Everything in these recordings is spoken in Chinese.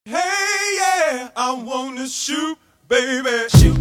Hey yeah, I wanna shoot, baby, shoot.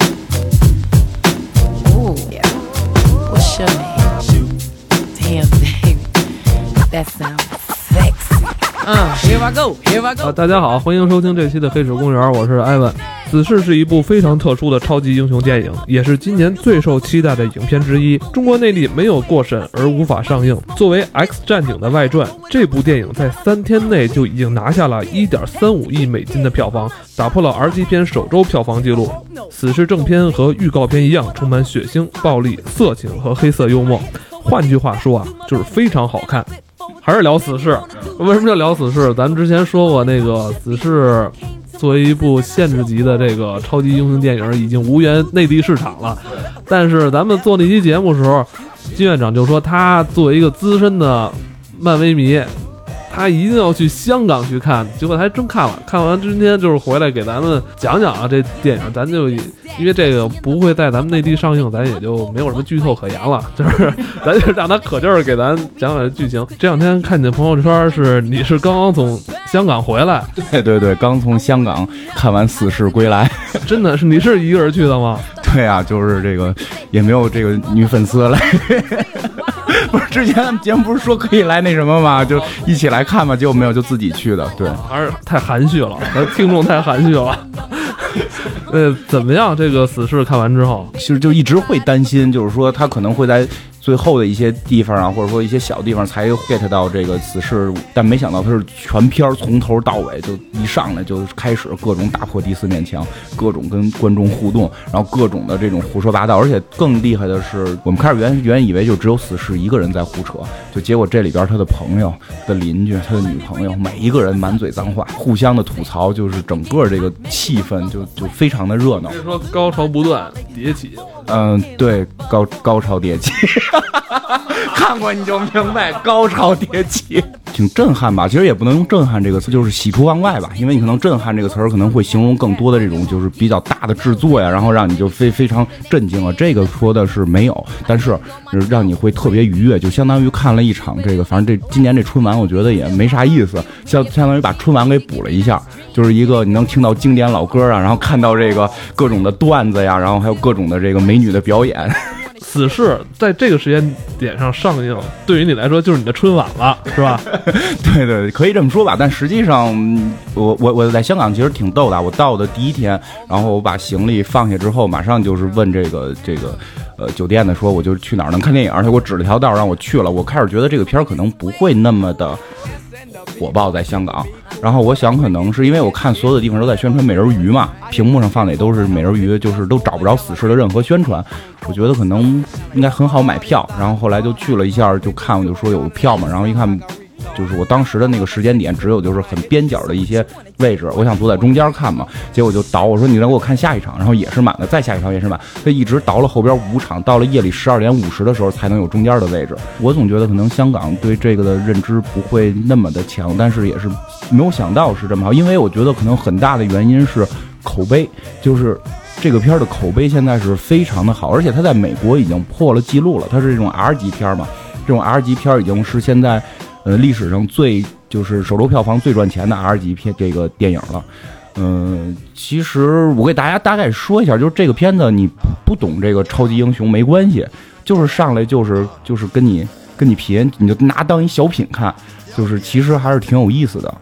Ooh, yeah. What's your name? Shoot. Damn, baby, that sounds sexy. Here I go, here I go. 大家好，欢迎收听这期的黑水公园，我是艾文。死侍是一部非常特殊的超级英雄电影，也是今年最受期待的影片之一。中国内地没有过审而无法上映。作为 X 战警的外传，这部电影在3天内就已经拿下了1.35亿美金的票房，打破了 R 级片首周票房纪录。死侍正片和预告片一样，充满血腥、暴力、色情和黑色幽默。换句话说啊，就是非常好看。还是聊死侍，为什么要聊死侍？咱们之前说过，那个死侍作为一部限制级的这个超级英雄电影，已经无缘内地市场了。但是咱们做那期节目的时候，金院长就说他作为一个资深的漫威迷，他一定要去香港去看，结果他还真看了。看完今天就是回来给咱们讲讲啊，这电影咱就因为这个不会在咱们内地上映，咱也就没有什么剧透可言了，就是咱就让他可劲儿给咱讲讲剧情。这两天看你的朋友圈你是刚刚从香港回来？ 对，刚从香港看完《死侍归来》。 真的是你是一个人去的吗？ 对啊，就是这个也没有这个女粉丝来。不是之前咱们节目不是说可以来那什么吗？就一起来看嘛，结果没有，就自己去的。对， 还是太含蓄了，听众太含蓄了。怎么样？这个死侍看完之后， 其实就一直会担心，就是说他可能会在最后的一些地方啊，或者说一些小地方才 get 到这个死侍，但没想到他是全片从头到尾就一上来就开始各种打破第四面墙，各种跟观众互动，然后各种的这种胡说八道，而且更厉害的是，我们开始原以为就只有死侍一个人在胡扯，就结果这里边他的朋友、他的邻居、他的女朋友，每一个人满嘴脏话，互相的吐槽，就是整个这个气氛就非常的热闹。 所以说高潮不断，迭起。 对，高潮迭起。看过你就明白，高潮迭起挺震撼吧？其实也不能用震撼这个词，就是喜出望外吧。因为你可能震撼这个词儿可能会形容更多的这种就是比较大的制作呀，然后让你就非常震惊了。这个说的是没有，但是让你会特别愉悦，就相当于看了一场这个，反正今年这春晚我觉得也没啥意思，相当于把春晚给补了一下，就是一个你能听到经典老歌啊，然后看到这个各种的段子呀，然后还有各种的这个美女的表演。 死侍在这个时间点上上映，对于你来说就是你的春晚了，是吧？ 对，可以这么说吧。但实际上，我在香港其实挺逗的。我到的第一天，然后我把行李放下之后，马上就是问这个酒店的说，我就去哪儿能看电影，而且我指了条道让我去了。我开始觉得这个片儿可能不会那么的火爆在香港，然后我想可能是因为我看所有的地方都在宣传美人鱼嘛，屏幕上放的也都是美人鱼，就是都找不着死侍的任何宣传，我觉得可能应该很好买票，然后后来就去了一下，就看我就说有票嘛，然后一看就是我当时的那个时间点只有就是很边角的一些位置，我想坐在中间看嘛，结果就倒，我说你让我看下一场，然后也是满的，再下一场也是满，他一直倒了后边5场，到了夜里12点50的时候才能有中间的位置。我总觉得可能香港对这个的认知不会那么的强，但是也是没有想到是这么好，因为我觉得可能很大的原因是口碑，就是这个片的口碑现在是非常的好，而且它在美国已经破了记录了，它是这种 R 级片嘛，这种 R 级片已经是现在历史上就是首周票房最赚钱的 R 级片这个电影了。其实我给大家大概说一下，就是这个片子你不懂这个超级英雄没关系，就是上来就是跟你贫，你就拿当一小品看，就是其实还是挺有意思的。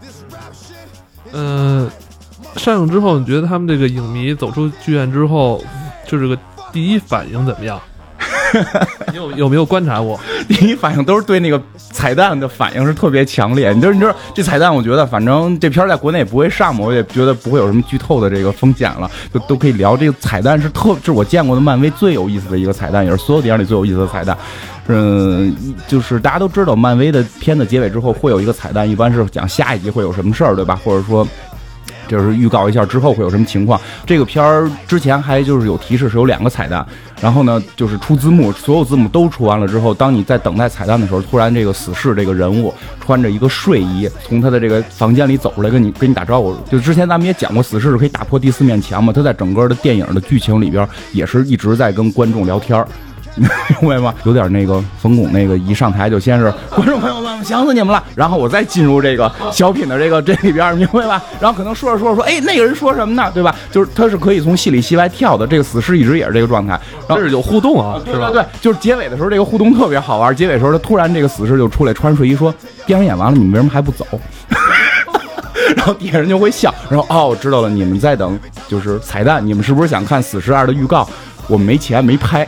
上映之后你觉得他们这个影迷走出剧院之后，就这个第一反应怎么样？你有没有观察过？ 第一反应都是对那个彩蛋的反应是特别强烈。你知道这彩蛋，我觉得反正这片在国内也不会上嘛，我也觉得不会有什么剧透的这个风险了，就都可以聊。这个彩蛋是我见过的漫威最有意思的一个彩蛋，也是所有电影里最有意思的彩蛋。就是大家都知道，漫威的片子结尾之后会有一个彩蛋，一般是讲下一集会有什么事儿，对吧？或者说就是预告一下之后会有什么情况。这个片儿之前还就是有提示是有2个彩蛋，然后呢就是出字幕，所有字幕都出完了之后，当你在等待彩蛋的时候，突然这个死侍这个人物穿着一个睡衣从他的这个房间里走出来跟你打招呼。就之前咱们也讲过，死侍是可以打破第四面墙嘛，他在整个的电影的剧情里边也是一直在跟观众聊天， 明白吗？有点那个冯巩那个一上台就先是观众朋友们想死你们了，然后我再进入这个小品的这里边，明白吧？然后可能说着哎，那个人说什么呢？对吧？就是他是可以从戏里戏外跳的，这个死尸一直也是这个状态，然后这是有互动啊，是吧？ 对，就是结尾的时候这个互动特别好玩，结尾的时候他突然这个死尸就出来穿睡衣说电影演完了，你们为什么还不走？然后底下人就会笑，然后哦，知道了，你们在等就是彩蛋，你们是不是想看《死尸2》的预告？我们没钱没拍，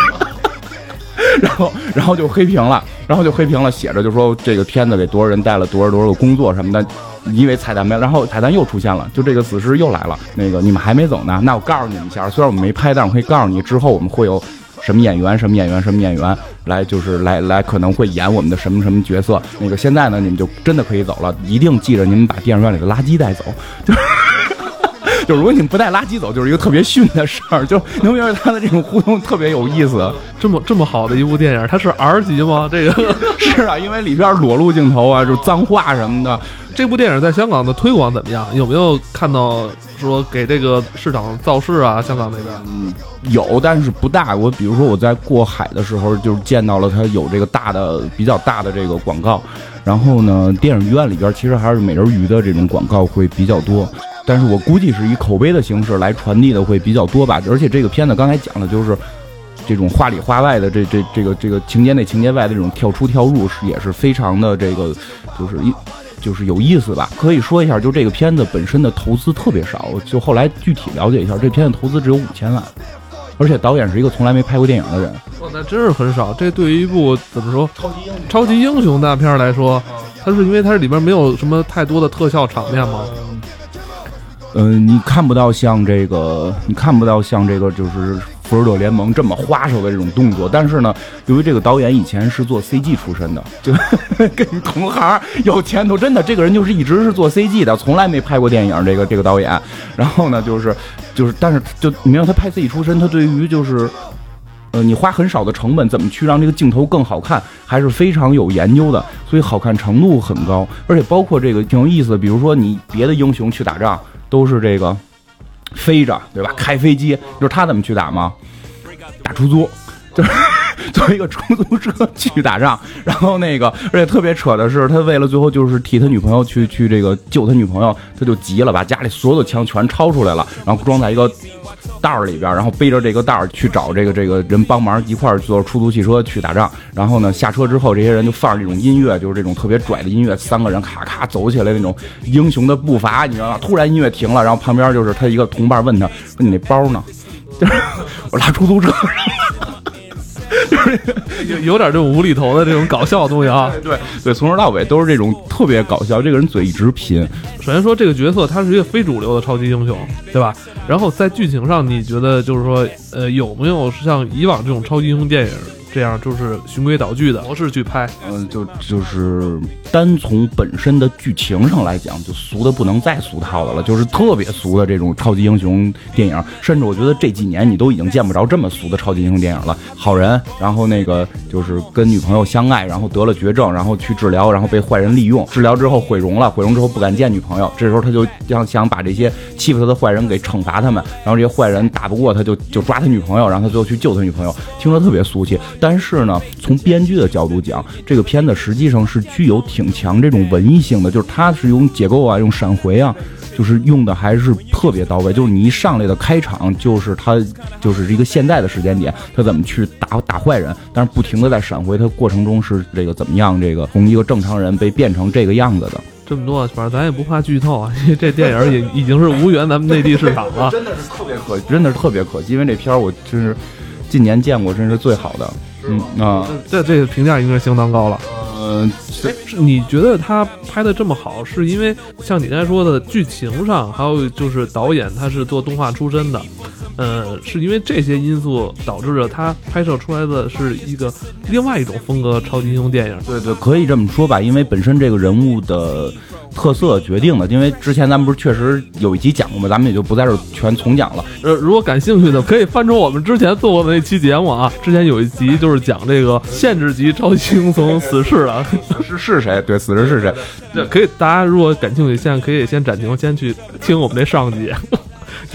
然后就黑屏了，写着就说这个片子给多少人带了多少个工作什么的，因为彩蛋没，然后彩蛋又出现了，就这个死尸又来了，那个你们还没走呢，那我告诉你们一下，虽然我们没拍，但我可以告诉你，之后我们会有什么演员来，就是来可能会演我们的什么角色。那个现在呢，你们就真的可以走了，一定记着你们把电影院里的垃圾带走。就如果你们不带垃圾走，就是一个特别逊的事儿。就能明白他的这种互动特别有意思。 这么好的一部电影，它是 R 级吗？这个是啊，因为里边裸露镜头啊，就脏话什么的。 这部电影在香港的推广怎么样？有没有看到说给这个市场造势啊？香港那边有，但是不大。我比如说我在过海的时候，就是见到了它有这个比较大的这个广告。然后呢，电影院里边其实还是美人鱼的这种广告会比较多。但是我估计是以口碑的形式来传递的会比较多吧。而且这个片子刚才讲的就是这种话里话外的这个情节内情节外的这种跳出跳入也是非常的这个就是有意思吧。可以说一下，就这个片子本身的投资特别少，就后来具体了解一下，这片子投资只有5000万，而且导演是一个从来没拍过电影的人。 那真是很少。这对于一部怎么说超级英雄大片来说，它是因为它里边没有什么太多的特效场面吗？ 你看不到像这个就是复仇者联盟这么花哨的这种动作，但是呢，由于这个导演以前是做 CG 出身的，就跟同行有前途，真的，这个人就是一直是做 CG 的，从来没拍过电影。这个导演，然后呢，就是，但是就你明白他拍 CG 出身，他对于就是你花很少的成本怎么去让这个镜头更好看，还是非常有研究的，所以好看程度很高。而且包括这个挺有意思的，比如说你别的英雄去打仗都是这个飞着，对吧？开飞机，就是他怎么去打吗？打出租，就是作为一个出租车去打仗。然后那个，而且特别扯的是，他为了最后就是替他女朋友去这个救他女朋友，他就急了，把家里所有的枪全抄出来了，然后装在一个袋里边，然后背着这个袋去找这个人帮忙一块儿坐出租汽车去打仗。然后呢，下车之后，这些人就放着这种音乐，就是这种特别拽的音乐，3个人咔咔走起来那种英雄的步伐，你知道吗？突然音乐停了，然后旁边就是他一个同伴问他说：“你那包呢？”就是我拉出租车。 就是有点这种无厘头的这种搞笑的东西啊。 对，从头到尾都是这种特别搞笑。这个人嘴一直贫。 首先说这个角色他是一个非主流的超级英雄，对吧？然后在剧情上，你觉得就是说，有没有像以往这种超级英雄电影这样就是循规蹈矩的模式去拍？ 就是单从本身的剧情上来讲，就俗的不能再俗套的了，就是特别俗的这种超级英雄电影。甚至我觉得这几年你都已经见不着这么俗的超级英雄电影了。好人，然后那个就是跟女朋友相爱，然后得了绝症，然后去治疗，然后被坏人利用，治疗之后毁容了，毁容之后不敢见女朋友，这时候他就想把这些欺负他的坏人给惩罚他们，然后这些坏人打不过他就抓他女朋友，然后他最后去救他女朋友，听着特别俗气。但是呢，从编剧的角度讲，这个片子实际上是具有挺强这种文艺性的，就是它是用结构啊，用闪回啊，就是用的还是特别到位。就是你一上来的开场，就是它就是一个现在的时间点，他怎么去打坏人，但是不停的在闪回，它过程中是这个怎么样，这个从一个正常人被变成这个样子的。 这么多，反正咱也不怕剧透啊，因为这电影也已经是无缘咱们内地市场了。 真的是特别可惜，因为这片我真是近年见过真是最好的。 这个评价应该相当高了。你觉得他拍的这么好，是因为像你刚才说的剧情上，还有就是导演他是做动画出身的，是因为这些因素导致了他拍摄出来的是一个另外一种风格超级英雄电影？ 对，可以这么说吧，因为本身这个人物的特色决定的，因为之前咱们不是确实有一集讲过吗？咱们也就不在这儿全重讲了。 如果感兴趣的，可以翻出我们之前做过的那期节目啊。之前有一集就是讲这个限制级超级英雄死侍的， 是谁？对，死侍是谁？ 对，可以，大家如果感兴趣，现在可以先暂停，先去听我们那上集。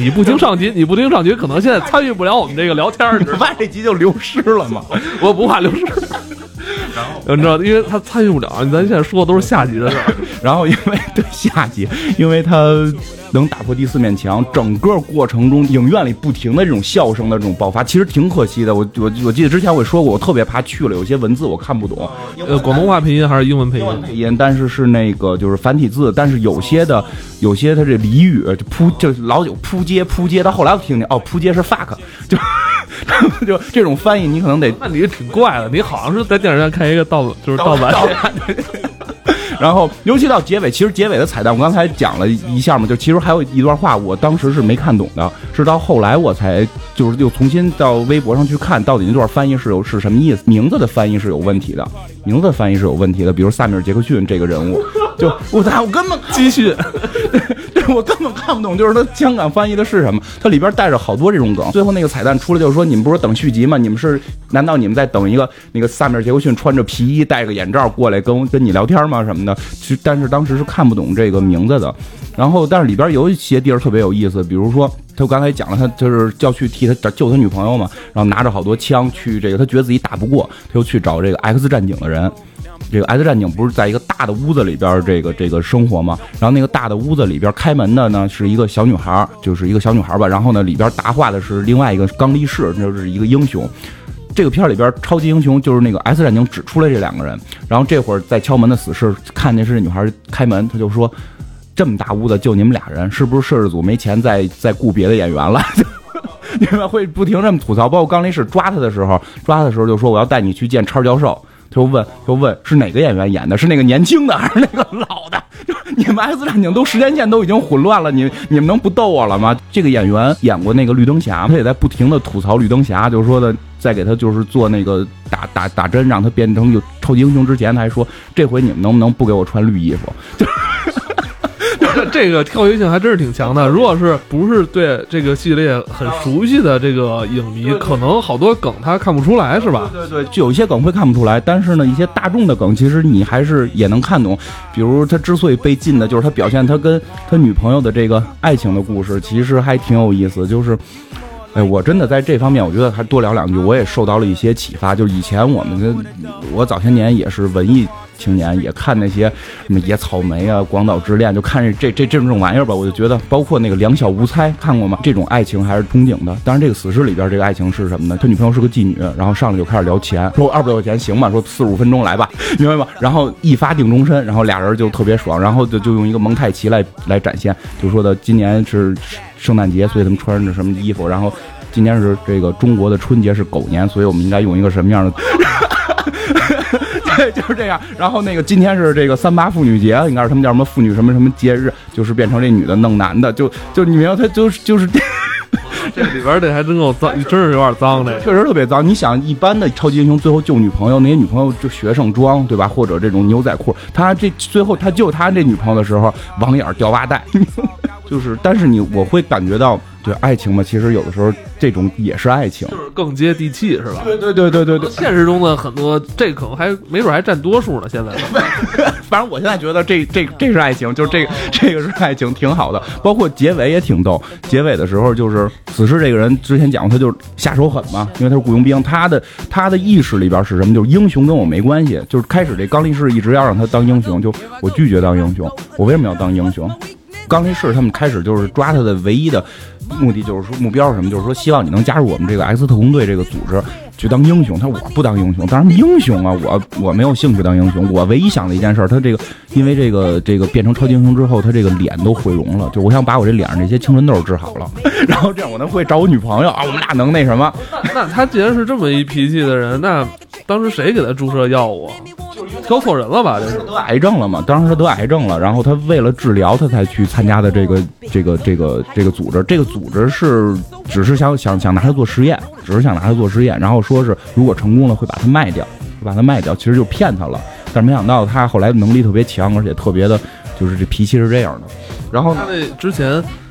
你不听上集，可能现在参与不了我们这个聊天， 你怕这集就流失了吗？ 我不怕流失。然后你知道，因为他参与不了，咱现在说的都是下集的事儿。 然后因为对下集，因为他能打破第4面墙，整个过程中影院里不停的这种笑声的这种爆发，其实挺可惜的。我记得之前我也说过，我特别怕去了有些文字我看不懂， 广东话配音还是英文配音？ 配音，但是那个就是繁体字，但是有些它这俚语就老有扑街，到后来我听见扑街是 fuck， 就这种翻译你可能得， 那你挺怪的，你好像是在电影院看一个盗版。 然后尤其到结尾，其实结尾的彩蛋我刚才讲了一下嘛，就其实还有一段话我当时是没看懂的，是到后来我才就是又重新到微博上去看到底那段翻译是什么意思，名字的翻译是有问题的，比如萨米尔·杰克逊这个人物，就我根本继续我根本看不懂，就是他香港翻译的是什么，它里边带着好多这种梗。最后那个彩蛋出来就是说，你们不是等续集吗？难道你们在等一个那个萨米尔·杰克逊穿着皮衣戴个眼罩过来跟你聊天吗什么的？但是当时是看不懂这个名字的。然后但是里边有一些地儿特别有意思，比如说他刚才讲了，他就是要去替他救他女朋友嘛，然后拿着好多枪去这个，他觉得自己打不过，他就去找这个 X 战警的人。这个 X 战警不是在一个大的屋子里边这个生活吗？然后那个大的屋子里边开门的呢是一个小女孩，就是一个小女孩吧。然后呢里边答话的是另外一个刚力士，就是一个英雄。这个片里边超级英雄就是那个 X 战警指出来这2个人，然后这会儿在敲门的死士看见是女孩开门，他就说这么大屋子就你们俩人，是不是摄制组没钱再雇别的演员了？你们会不停这么吐槽。包括刚力士抓他的时候就说我要带你去见超教授。就问是哪个演员演的，是那个年轻的还是那个老的？就你们 X 战警都时间线都已经混乱了，你们能不逗我了吗？这个演员演过那个绿灯侠，他也在不停的吐槽绿灯侠，就是说的在给他就是做那个打针让他变成有超级英雄之前，他还说这回你们能不能不给我穿绿衣服？ 这个跳跃性还真是挺强的。如果是不是对这个系列很熟悉的这个影迷，可能好多梗他看不出来，是吧？ 对，就有一些梗会看不出来，但是呢，一些大众的梗其实你还是也能看懂。比如他之所以被禁的，就是他表现他跟他女朋友的这个爱情的故事，其实还挺有意思。就是，我真的在这方面，我觉得还多聊2句，我也受到了一些启发。就是以前我早些年也是文艺青年，也看那些什么野草莓啊、广岛之恋，就看这种玩意儿吧，我就觉得，包括那个两小无猜看过吗？这种爱情还是憧憬的。当然这个死侍里边这个爱情是什么呢？他女朋友是个妓女，然后上来就开始聊钱，说我200块钱行吗？说45分钟来吧，明白吗？然后一发定终身，然后俩人就特别爽，然后就用一个蒙太奇来展现，就说的今年是圣诞节，所以他们穿着什么衣服，然后今年是这个中国的春节是狗年，所以我们应该用一个什么样的对，就是这样。然后那个今天是这个3·8妇女节，应该是他们叫什么妇女什么什么节日，就是变成这女的弄男的，就你明白，他就是这里边这还真够脏，真是有点脏的， 确实特别脏。你想，一般的超级英雄最后救女朋友，那些女朋友就学生装，对吧？或者这种牛仔裤，他这最后他救他这女朋友的时候，网眼掉袜带，就是，但是我会感觉到。对爱情嘛，其实有的时候这种也是爱情， 就是更接地气，是吧？ 对。 现实中的很多，这可能还没准还占多数呢。现在， 反正我现在觉得这是爱情，就是这个是爱情，挺好的。包括结尾也挺逗，结尾的时候就是死侍这个人之前讲过，他就是下手狠嘛，因为他是雇佣兵，他的意识里边是什么？就是英雄跟我没关系。就是开始这刚力士一直要让他当英雄，就我拒绝当英雄，我为什么要当英雄？刚力士他们开始就是抓他的唯一的目的，就是说目标是什么？就是说希望你能加入我们这个 X 特工队这个组织去当英雄。他说我不当英雄，当然英雄啊，我没有兴趣当英雄。我唯一想的一件事，他这个因为这个变成超级英雄之后，他这个脸都毁容了，就我想把我这脸上这些青春痘治好了，然后这样我能会找我女朋友啊，我们俩能那什么。 那他既然是这么一脾气的人，那当时谁给他注射药物啊？挑错人了吧？这是得癌症了嘛？当时他得癌症了，然后他为了治疗，他才去参加的这个组织。这个组织只是想拿他做实验，然后说是如果成功了会把他卖掉，其实就骗他了。但是没想到他后来能力特别强，而且特别的，就是这脾气是这样的。然后他那之前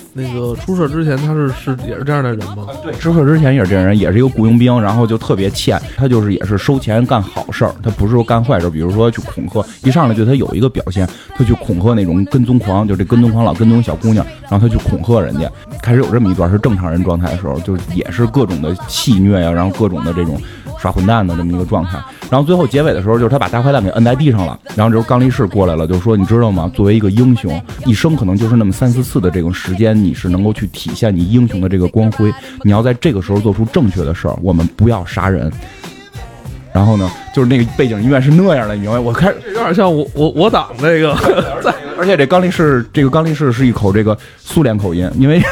那个出事之前他也是这样的人吗？ 对，出事之前也是这样人，也是一个雇佣兵，然后就特别欠，他就是也是收钱干好事儿，他不是说干坏事，比如说去恐吓，一上来就他有一个表现，他去恐吓那种跟踪狂，就这跟踪狂老跟踪小姑娘，然后他去恐吓人家，开始有这么一段是正常人状态的时候，就也是各种的戏谑呀，然后各种的这种耍混蛋的这么一个状态，然后最后结尾的时候就是他把大坏蛋给摁在地上了，然后这时候刚力士过来了，就说你知道吗？作为一个英雄，一生可能就是那么3-4次的这种时间，你是能够去体现你英雄的这个光辉，你要在这个时候做出正确的事儿，我们不要杀人。然后呢，就是那个背景音乐是那样的，你明白？我开始有点像我党这个， 而且这刚力士是一口这个苏联口音，因为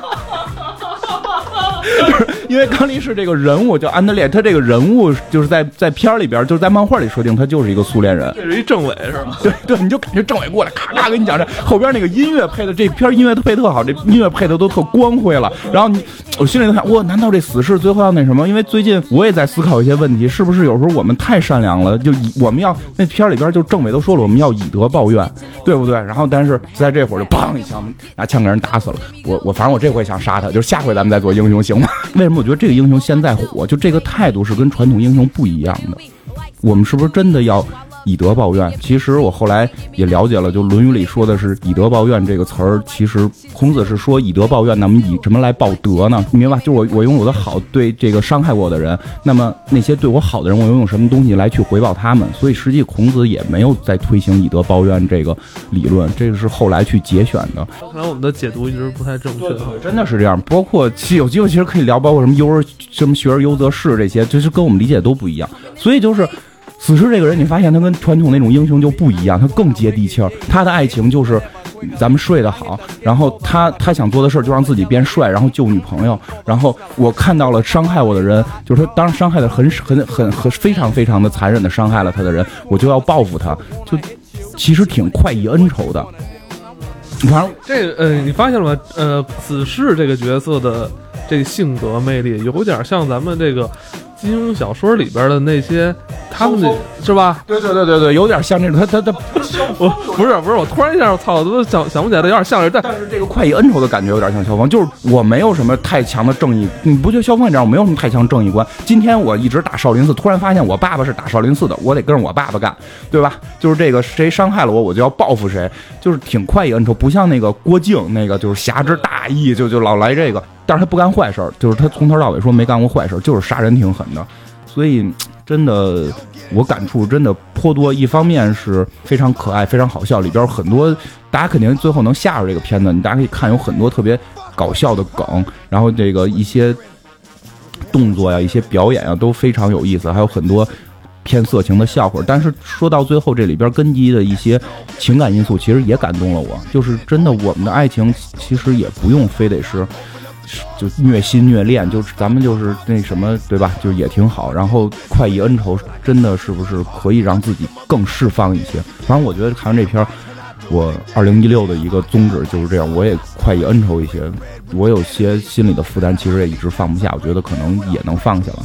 因为刚力士这个人物叫安德烈，他这个人物就是在片里边，就是在漫画里设定他就是一个苏联人， 这是一政委是吧？ 对，你就感觉政委过来咔咔跟你讲这后边那个音乐配的，这片音乐配特好，这音乐配的都特光辉了。然后我心里都想，哇，难道这死士最后要那什么？因为最近我也在思考一些问题，是不是有时候我们太善良了？就我们要那片里边就政委都说了，我们要以德报怨，对不对？然后但是在这会儿就砰一枪，拿枪给人打死了。我反正我这回想杀他，就是下回咱们再做英雄行吗？为什么我觉得这个英雄现在火？就这个态度是跟传统英雄不一样的。我们是不是真的要以德报怨？其实我后来也了解了，就《论语》里说的是以德报怨这个词儿，其实孔子是说以德报怨，那么以什么来报德呢？你明白？就我用我的好对这个伤害我的人，那么那些对我好的人，我用什么东西来去回报他们？所以实际孔子也没有在推行以德报怨这个理论，这个是后来去节选的。 看来我们的解读一直不太正确， 对，真的是这样。包括有机会其实可以聊，包括什么学而优则仕这些，就是跟我们理解都不一样。所以就是死侍这个人，你发现他跟传统那种英雄就不一样，他更接地气儿。他的爱情就是咱们睡得好，然后他想做的事就让自己变帅，然后救女朋友。然后我看到了伤害我的人，就是他当然伤害的很非常非常的残忍的伤害了他的人，我就要报复他，就其实挺快意恩仇的。反正这个你发现了吗？死侍这个角色的这个性格魅力，有点像咱们这个金庸小说里边的那些，他们的是吧？ 对，有点像这种。他我不是，我突然一下，我操，我都想不起来了，有点像是。 但是这个快意恩仇的感觉有点像萧峰，就是我没有什么太强的正义，你不觉得萧峰也这样？我没有什么太强正义观。今天我一直打少林寺，突然发现我爸爸是打少林寺的，我得跟着我爸爸干，对吧？就是这个谁伤害了我，我就要报复谁，就是挺快意恩仇，不像那个郭靖那个就是侠之大义，就老来这个。但是他不干坏事，就是他从头到尾说没干过坏事，就是杀人挺狠的。所以真的我感触真的颇多，一方面是非常可爱非常好笑，里边很多大家肯定最后能下入这个片子，大家可以看有很多特别搞笑的梗，然后这个一些动作呀一些表演呀都非常有意思，还有很多偏色情的笑话。但是说到最后这里边根基的一些情感因素其实也感动了我，就是真的我们的爱情其实也不用非得是就虐心虐恋，就是咱们就是那什么，对吧？就也挺好。然后快意恩仇，真的是不是可以让自己更释放一些？反正我觉得看完这片，我2016的一个宗旨就是这样，我也快意恩仇一些。我有些心里的负担，其实也一直放不下，我觉得可能也能放下了。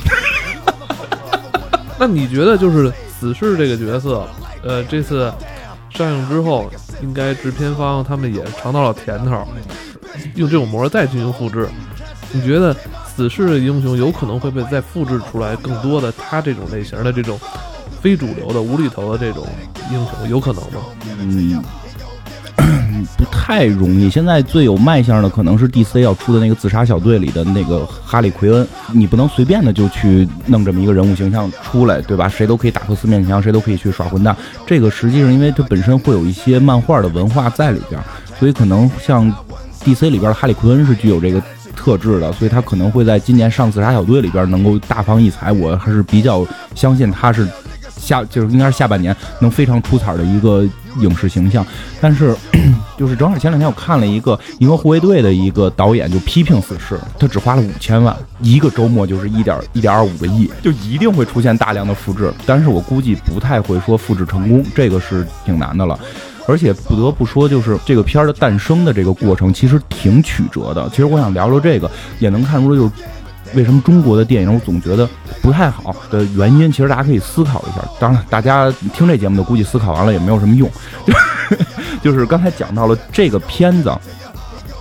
那你觉得就是死侍这个角色，这次上映之后，应该制片方他们也尝到了甜头，用这种模式再进行复制。你觉得死侍的英雄有可能会被再复制出来更多的他这种类型的这种非主流的无厘头的这种英雄，有可能吗？ 不太容易。现在最有卖相的可能是 DC 要出的那个自杀小队里的那个哈利奎恩，你不能随便的就去弄这么一个人物形象出来，对吧？谁都可以打破四面墙，谁都可以去耍混蛋。这个实际上因为它本身会有一些漫画的文化在里边，所以可能像 DC 里边的哈利奎恩是具有这个特质的，所以他可能会在今年上自杀小队里边能够大放异彩。我还是比较相信他是就是应该是下半年能非常出彩的一个影视形象。但是就是正好前两天我看了一个银河护卫队的一个导演就批评死侍，他只花了5000万，一个周末就是1.25个亿，就一定会出现大量的复制，但是我估计不太会说复制成功，这个是挺难的了。而且不得不说，就是这个片儿的诞生的这个过程其实挺曲折的。其实我想聊聊这个，也能看出就是为什么中国的电影我总觉得不太好的原因，其实大家可以思考一下。当然大家听这节目的估计思考完了也没有什么用。就是刚才讲到了这个片子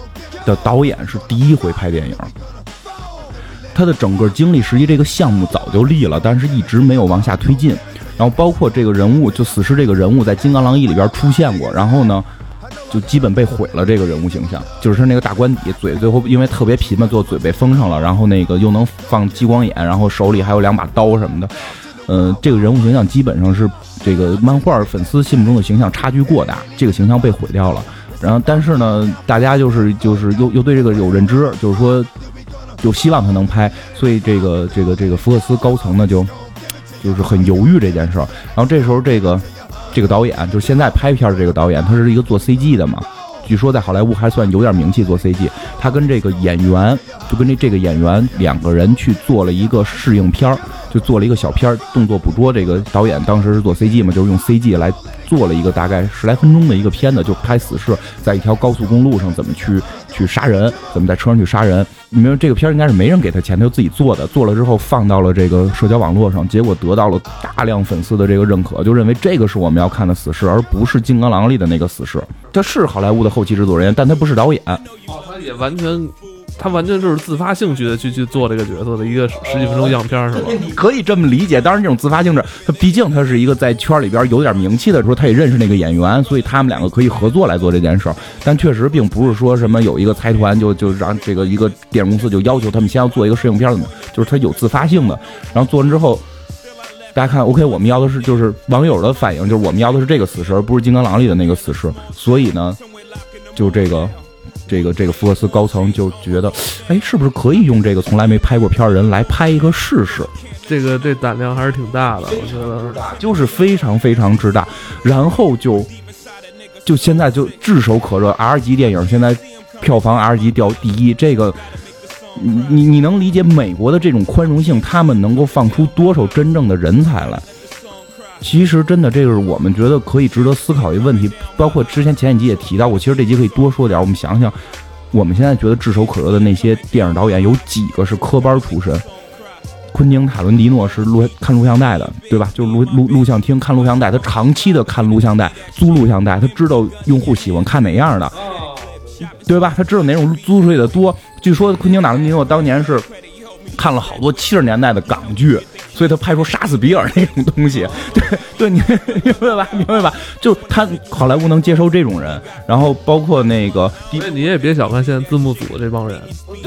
的导演是第一回拍电影。他的整个经历，实际这个项目早就立了，但是一直没有往下推进。然后包括这个人物，就死侍这个人物在《金刚狼1》里边出现过，然后呢，就基本被毁了这个人物形象，就是那个大官邸嘴最后因为特别贫嘛，做嘴被封上了，然后那个又能放激光眼，然后手里还有2把刀什么的。这个人物形象基本上是这个漫画粉丝心目中的形象差距过大，这个形象被毁掉了。然后但是呢，大家就是又对这个有认知，就是说就希望他能拍，所以这个福克斯高层呢就是很犹豫这件事儿。然后这时候这个导演就是现在拍片的这个导演，他是一个做 CG 的嘛，据说在好莱坞还算有点名气做 CG。他跟这个演员就跟这个演员2个人去做了一个试映片，就做了一个小片动作捕捉。这个导演当时是做 CG 嘛，就是用 CG 来做了一个大概10来分钟的一个片子，就拍死侍在一条高速公路上怎么去杀人，怎么在车上去杀人。你们这个片应该是没人给他钱，他就自己做的，做了之后放到了这个社交网络上，结果得到了大量粉丝的这个认可，就认为这个是我们要看的死侍，而不是金刚狼里的那个死侍。他是好莱坞的后期制作人员，但他不是导演。 他完全就是自发兴趣的去做这个角色的一个10几分钟样片，是吧？ 你可以这么理解。当然，这种自发性质，他毕竟他是一个在圈里边有点名气的时候，他也认识那个演员，所以他们2个可以合作来做这件事儿。但确实并不是说什么有一个财团就让这个一个电影公司就要求他们先要做一个试映片的，就是他有自发性的。然后做完之后，大家看 ，OK， 我们要的是就是网友的反应，就是我们要的是这个死侍，而不是金刚狼里的那个死侍。所以呢，就这个福克斯高层就觉得，哎，是不是可以用这个从来没拍过片的人来拍一个试试？ 这胆量还是挺大的，我觉得就是非常非常之大。然后就现在就炙手可热 ，R 级电影现在票房 R 级掉第1，这个你能理解美国的这种宽容性，他们能够放出多少真正的人才来？其实真的，这个是我们觉得可以值得思考一个问题。包括前几集也提到过，其实这集可以多说点。我们想想，我们现在觉得炙手可热的那些电影导演，有几个是科班出身？昆汀·塔伦蒂诺是看录像带的，对吧？就是录像厅看录像带，他长期的看录像带，租录像带，他知道用户喜欢看哪样的，对吧？他知道哪种租出去的多。据说昆汀·塔伦蒂诺当年是看了好多70年代的港剧，所以他拍出杀死比尔那种东西。对，你明白吧？就是他好莱坞能接受这种人，然后包括那个， 你也别小看现在字幕组这帮人，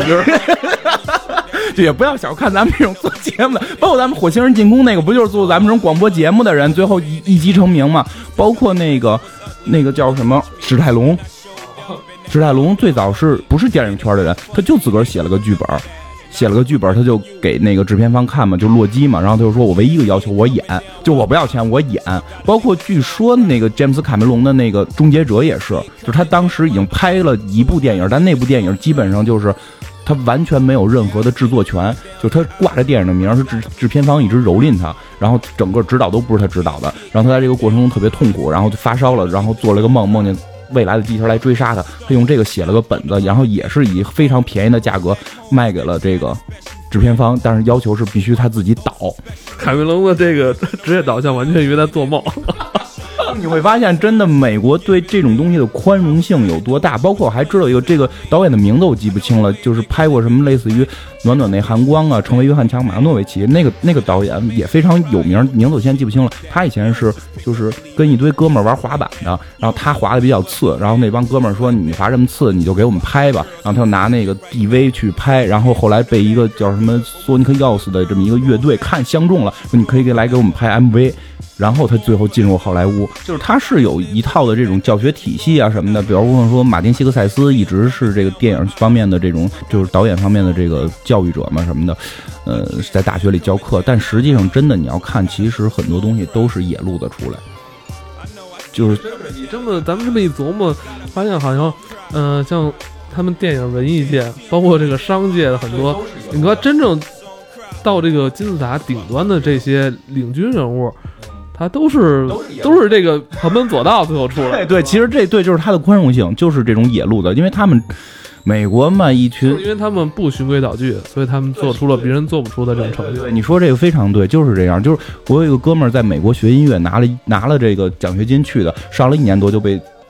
就也不要小看咱们这种做节目的，包括咱们火星人进攻那个，不就是做咱们这种广播节目的人，最后一击成名嘛？包括那个叫什么史泰龙最早不是电影圈的人，他就自个儿写了个剧本，他就给那个制片方看嘛，就洛基嘛，然后他就说我唯一一个要求我演，就我不要钱我演。包括据说那个詹姆斯卡梅隆的那个终结者也是，就是他当时已经拍了一部电影，但那部电影基本上就是他完全没有任何的制作权，就他挂着电影的名是制片方一直蹂躏他，然后整个指导都不是他指导的，然后他在这个过程中特别痛苦，然后就发烧了，然后做了个梦见未来的机器人来追杀他，他用这个写了个本子，然后也是以非常便宜的价格卖给了这个制片方，但是要求是必须他自己导。 凯梅隆的这个职业导向完全以为他做梦。 你会发现真的美国对这种东西的宽容性有多大，包括我还知道一个这个导演的名字我记不清了，就是拍过什么类似于暖暖内含光啊，成为约翰强马诺维奇，那个导演也非常有名，名字我现在记不清了。他以前是就是跟一堆哥们儿玩滑板的，然后他滑的比较次，然后那帮哥们儿说你滑这么次你就给我们拍吧，然后他就拿那个 DV 去拍，然后后来被一个叫什么索尼克钥匙的这么一个乐队看相中了，说你可以来给我们拍 MV，然后他最后进入好莱坞，就是他是有一套的这种教学体系啊什么的，比如说马丁·希克塞斯一直是这个电影方面的这种就是导演方面的这个教育者嘛什么的，在大学里教课，但实际上真的你要看，其实很多东西都是野路的出来，就是你咱们这么一琢磨，发现好像像他们电影文艺界，包括这个商界的很多，你看真正到这个金字塔顶端的这些领军人物，他都是这个旁门左道最后出来。 对，其实这对就是他的宽容性，就是这种野路的，因为他们美国嘛一群， 因为他们不循规蹈矩，所以他们做出了别人做不出的这种成绩。 对，你说这个非常对，就是这样。就是我有一个哥们儿在美国学音乐，拿了这个奖学金去的，上了1年多就被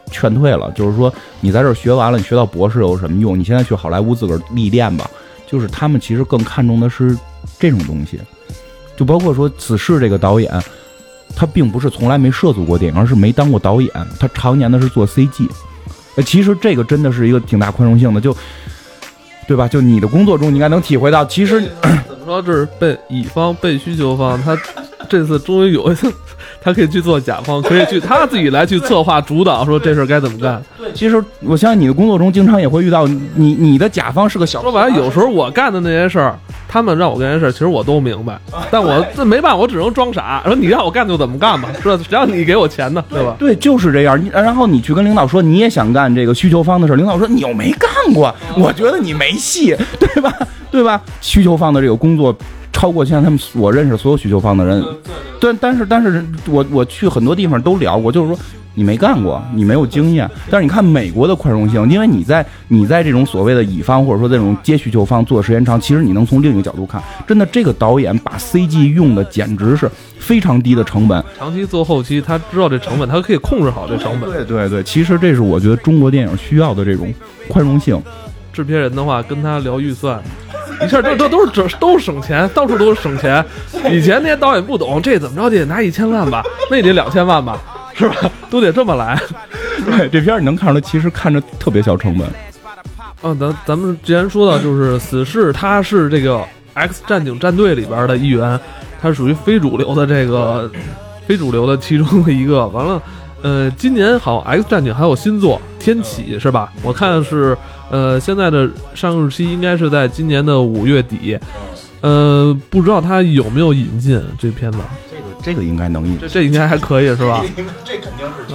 劝退了，就是说你在这儿学完了，你学到博士有什么用？你现在去好莱坞自个儿历练吧。就是他们其实更看重的是这种东西，就包括说此事这个导演，他并不是从来没涉足过电影，而是没当过导演，他常年的是做 CG。其实这个真的是一个挺大宽容性的，就对吧？就你的工作中，你应该能体会到，其实怎么说，这是被乙方被需求方，他这次终于有一次，他可以去做甲方，可以去他自己来去策划主导，说这事该怎么干。 对，其实我相信你的工作中经常也会遇到你的甲方是个小， 说白了，有时候我干的那些事儿，他们让我干这事儿，其实我都明白，但我这没办法，我只能装傻，说你让我干就怎么干吧，是吧？只要你给我钱呢，对吧？ 对，就是这样。然后你去跟领导说你也想干这个需求方的事，领导说你又没干过，我觉得你没戏，对吧？对吧？需求方的这个工作超过现在他们我认识所有需求方的人，对，但是我去很多地方都聊过，就是说你没干过，你没有经验。但是你看美国的宽容性，因为你在这种所谓的乙方或者说这种接需求方做时间长，其实你能从另一个角度看，真的这个导演把 CG 用的简直是非常低的成本， 长期做后期，他知道这成本，他可以控制好这成本。 对，其实这是我觉得中国电影需要的这种宽容性。 制片人的话跟他聊预算，一下这都是省钱，到处都是省钱。以前那些导演不懂，这怎么着得拿1000万吧，那得2000万吧，是吧？都得这么来。 对，这片你能看出来，其实看着特别小成本。 咱们之前说到，就是死侍，他是这个 X 战警战队里边的一员，他属于非主流的其中的一个。完了。今年好像 X 战警还有新作天启是吧？我看是现在的上映日期应该是在今年的5月底。不知道他有没有引进这片子？ 这个应该能引， 这应该还可以是吧？ 这肯定是。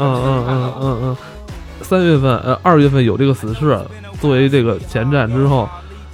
3月份2月份有这个死侍作为这个前站之后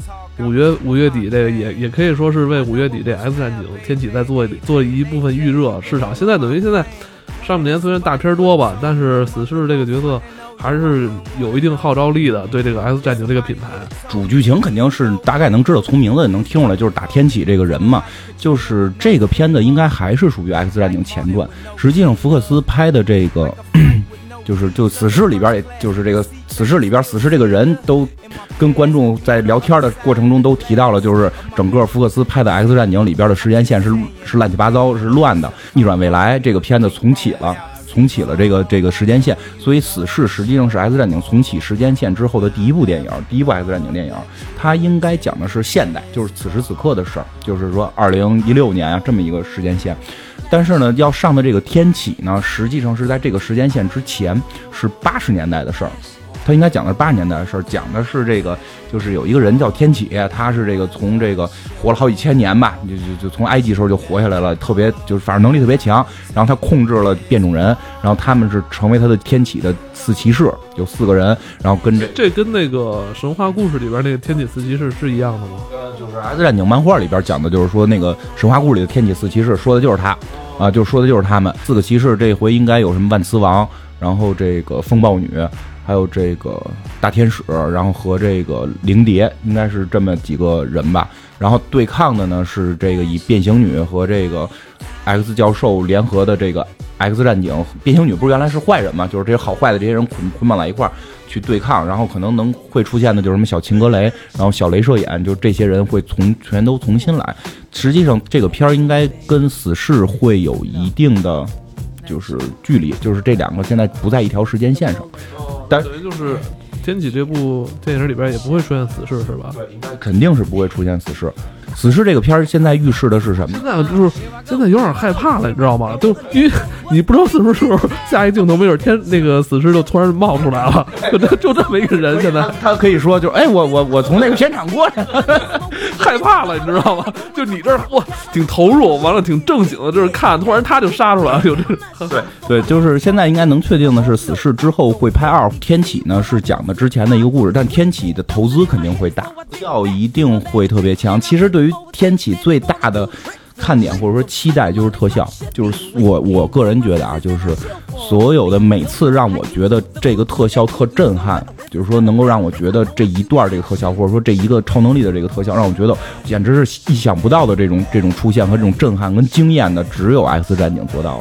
，5月底这个也可以说是为5月底这 X 战警天启在做一部分预热市场。现在等于现在。上半年虽然大片多吧，但是死侍这个角色还是有一定号召力的，对这个 X 战警这个品牌。 主剧情肯定是大概能知道，从名字也能听出来，就是打天启这个人嘛。就是这个片子应该还是属于 X 战警前传。实际上福克斯拍的这个就死侍里边，也就是这个死侍里边，死侍这个人都跟观众在聊天的过程中都提到了，就是整个福克斯拍的 X 战警里边的时间线是乱七八糟，是乱的。逆转未来这个片子重启了这个时间线，所以死侍实际上是 X 战警重启时间线之后的第一部 X 战警电影。它应该讲的是现代，就是此时此刻的事儿，就是说2016年啊这么一个时间线。但是呢，要上的这个天启呢，实际上是在这个时间线之前，是80年代的事儿。他应该讲的是80年代的事儿，讲的是这个，就是有一个人叫天启，他是这个从这个活了好几千年吧，就从埃及时候就活下来了，特别就是反正能力特别强。然后他控制了变种人，然后他们是成为他的天启的4骑士，有4个人，然后跟这跟那个神话故事里边那个天启4骑士是一样的吗？ 就是 X 战警漫画里边讲的就是说那个神话故事里的天启4骑士说的就是他啊，就说的就是他们4个骑士。这回应该有什么万磁王，然后这个风暴女。还有这个大天使，然后和这个灵蝶，应该是这么几个人吧。然后对抗的呢是这个以变形女和这个 X 教授联合的这个 X 战警。变形女不是原来是坏人嘛，就是这些好坏的这些人捆绑在一块儿去对抗。然后可能会出现的就是什么小秦格雷，然后小镭射眼，就这些人会全都重新来。实际上这个片儿应该跟死侍会有一定的就是距离，就是这两个现在不在一条时间线上。但等于就是天启这部电影里边也不会出现死侍是吧？ 对，应该肯定是不会出现死侍。死侍这个片儿现在预示的是什么？ 现在有点害怕了，你知道吗？就因为你不知道什么时候下一镜头没准那个死侍就突然冒出来了，就这么一个人。现在他可以说就我从那个片场过来了， 害怕了，你知道吗？就你这哇挺投入，完了挺正经的，就是看突然他就杀出来了，有这个。 对，就是现在应该能确定的是，死侍之后会拍2，天启呢是讲的之前的一个故事，但天启的投资肯定会大，特效一定会特别强。其实对于天启最大的看点或者说期待就是特效，就是我个人觉得啊，就是所有的每次让我觉得这个特效特震撼，就是说能够让我觉得这一段这个特效或者说这一个超能力的这个特效让我觉得简直是意想不到的这种出现和这种震撼跟惊艳的，只有 X 战警做到了。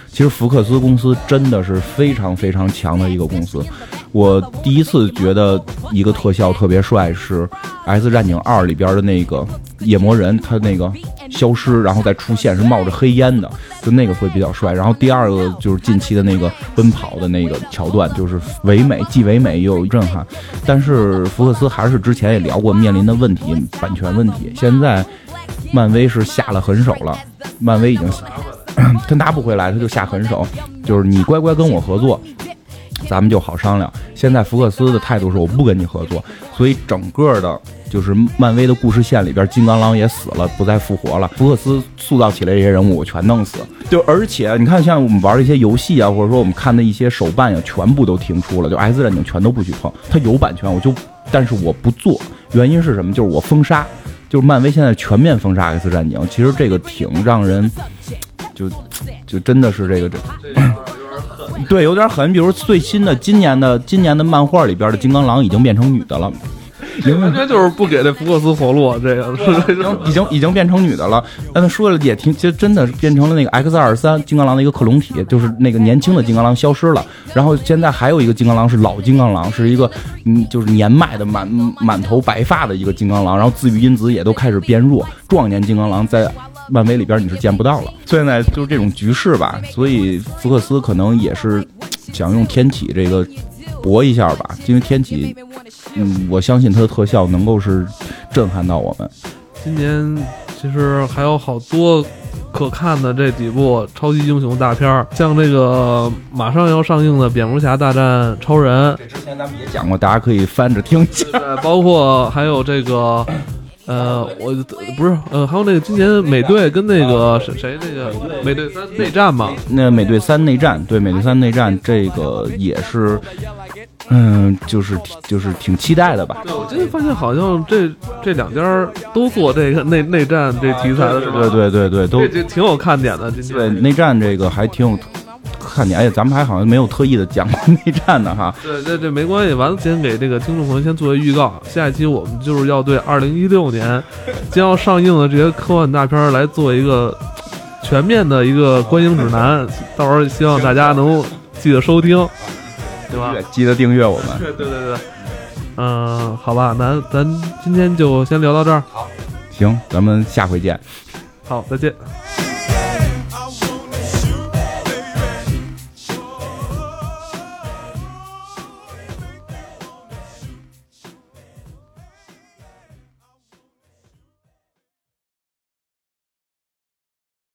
其实福克斯公司真的是非常非常强的一个公司。我第一次觉得一个特效特别帅是《X 战警2》里边的那个夜魔人，他那个消失然后再出现是冒着黑烟的，就那个会比较帅。然后第二个就是近期的那个奔跑的那个桥段，就是唯美，既唯美又有震撼。但是福克斯还是之前也聊过面临的问题，版权问题。现在漫威是下了狠手了，漫威已经他拿不回来，他就下狠手，就是你乖乖跟我合作，咱们就好商量。现在福克斯的态度是我不跟你合作，所以整个的就是漫威的故事线里边，金刚狼也死了，不再复活了。福克斯塑造起来这些人物我全弄死，就而且你看，像我们玩的一些游戏啊，或者说我们看的一些手办呀，全部都停出了，就 X 战警全都不许碰，它有版权但是我不做，原因是什么？就是我封杀，就是漫威现在全面封杀 X 战警，其实这个挺让人就真的是这个对，有点狠。比如最新的今年的漫画里边的金刚狼已经变成女的了， 完全就是不给这福克斯活路，这个是已经变成女的了。但说了也挺，其实真的变成了那个 X23金刚狼的一个克隆体，就是那个年轻的金刚狼消失了，然后现在还有一个金刚狼是老金刚狼，是一个就是年迈的满头白发的一个金刚狼，然后自愈因子也都开始变弱，壮年金刚狼在漫威里边你是见不到了。现在就是这种局势吧，所以福克斯可能也是想用天启这个搏一下吧，因为天启我相信它的特效能够是震撼到我们。 今年其实还有好多可看的这几部超级英雄大片，像这个马上要上映的蝙蝠侠大战超人， 这之前咱们也讲过，大家可以翻着听一下。 包括还有这个我不是还有那个今年美队跟那个谁那个美队3内战嘛， 那美队3内战，对，美队3内战这个也是就是挺期待的吧。 对，我今天发现好像这两家都做这个内战这题材的，是吧？ 对，都这挺有看点的。 对，内战这个还挺有看点，而且咱们还好像没有特意的讲过内战呢哈。 对，这没关系。完了，先给这个听众朋友先做一预告，下一期我们就是要对2016年将要上映的这些科幻大片来做一个全面的一个观影指南，到时候希望大家能记得收听。对吧？ 记得订阅我们。 对，好吧，咱今天就先聊到这儿。 好，行，咱们下回见。 好，再见。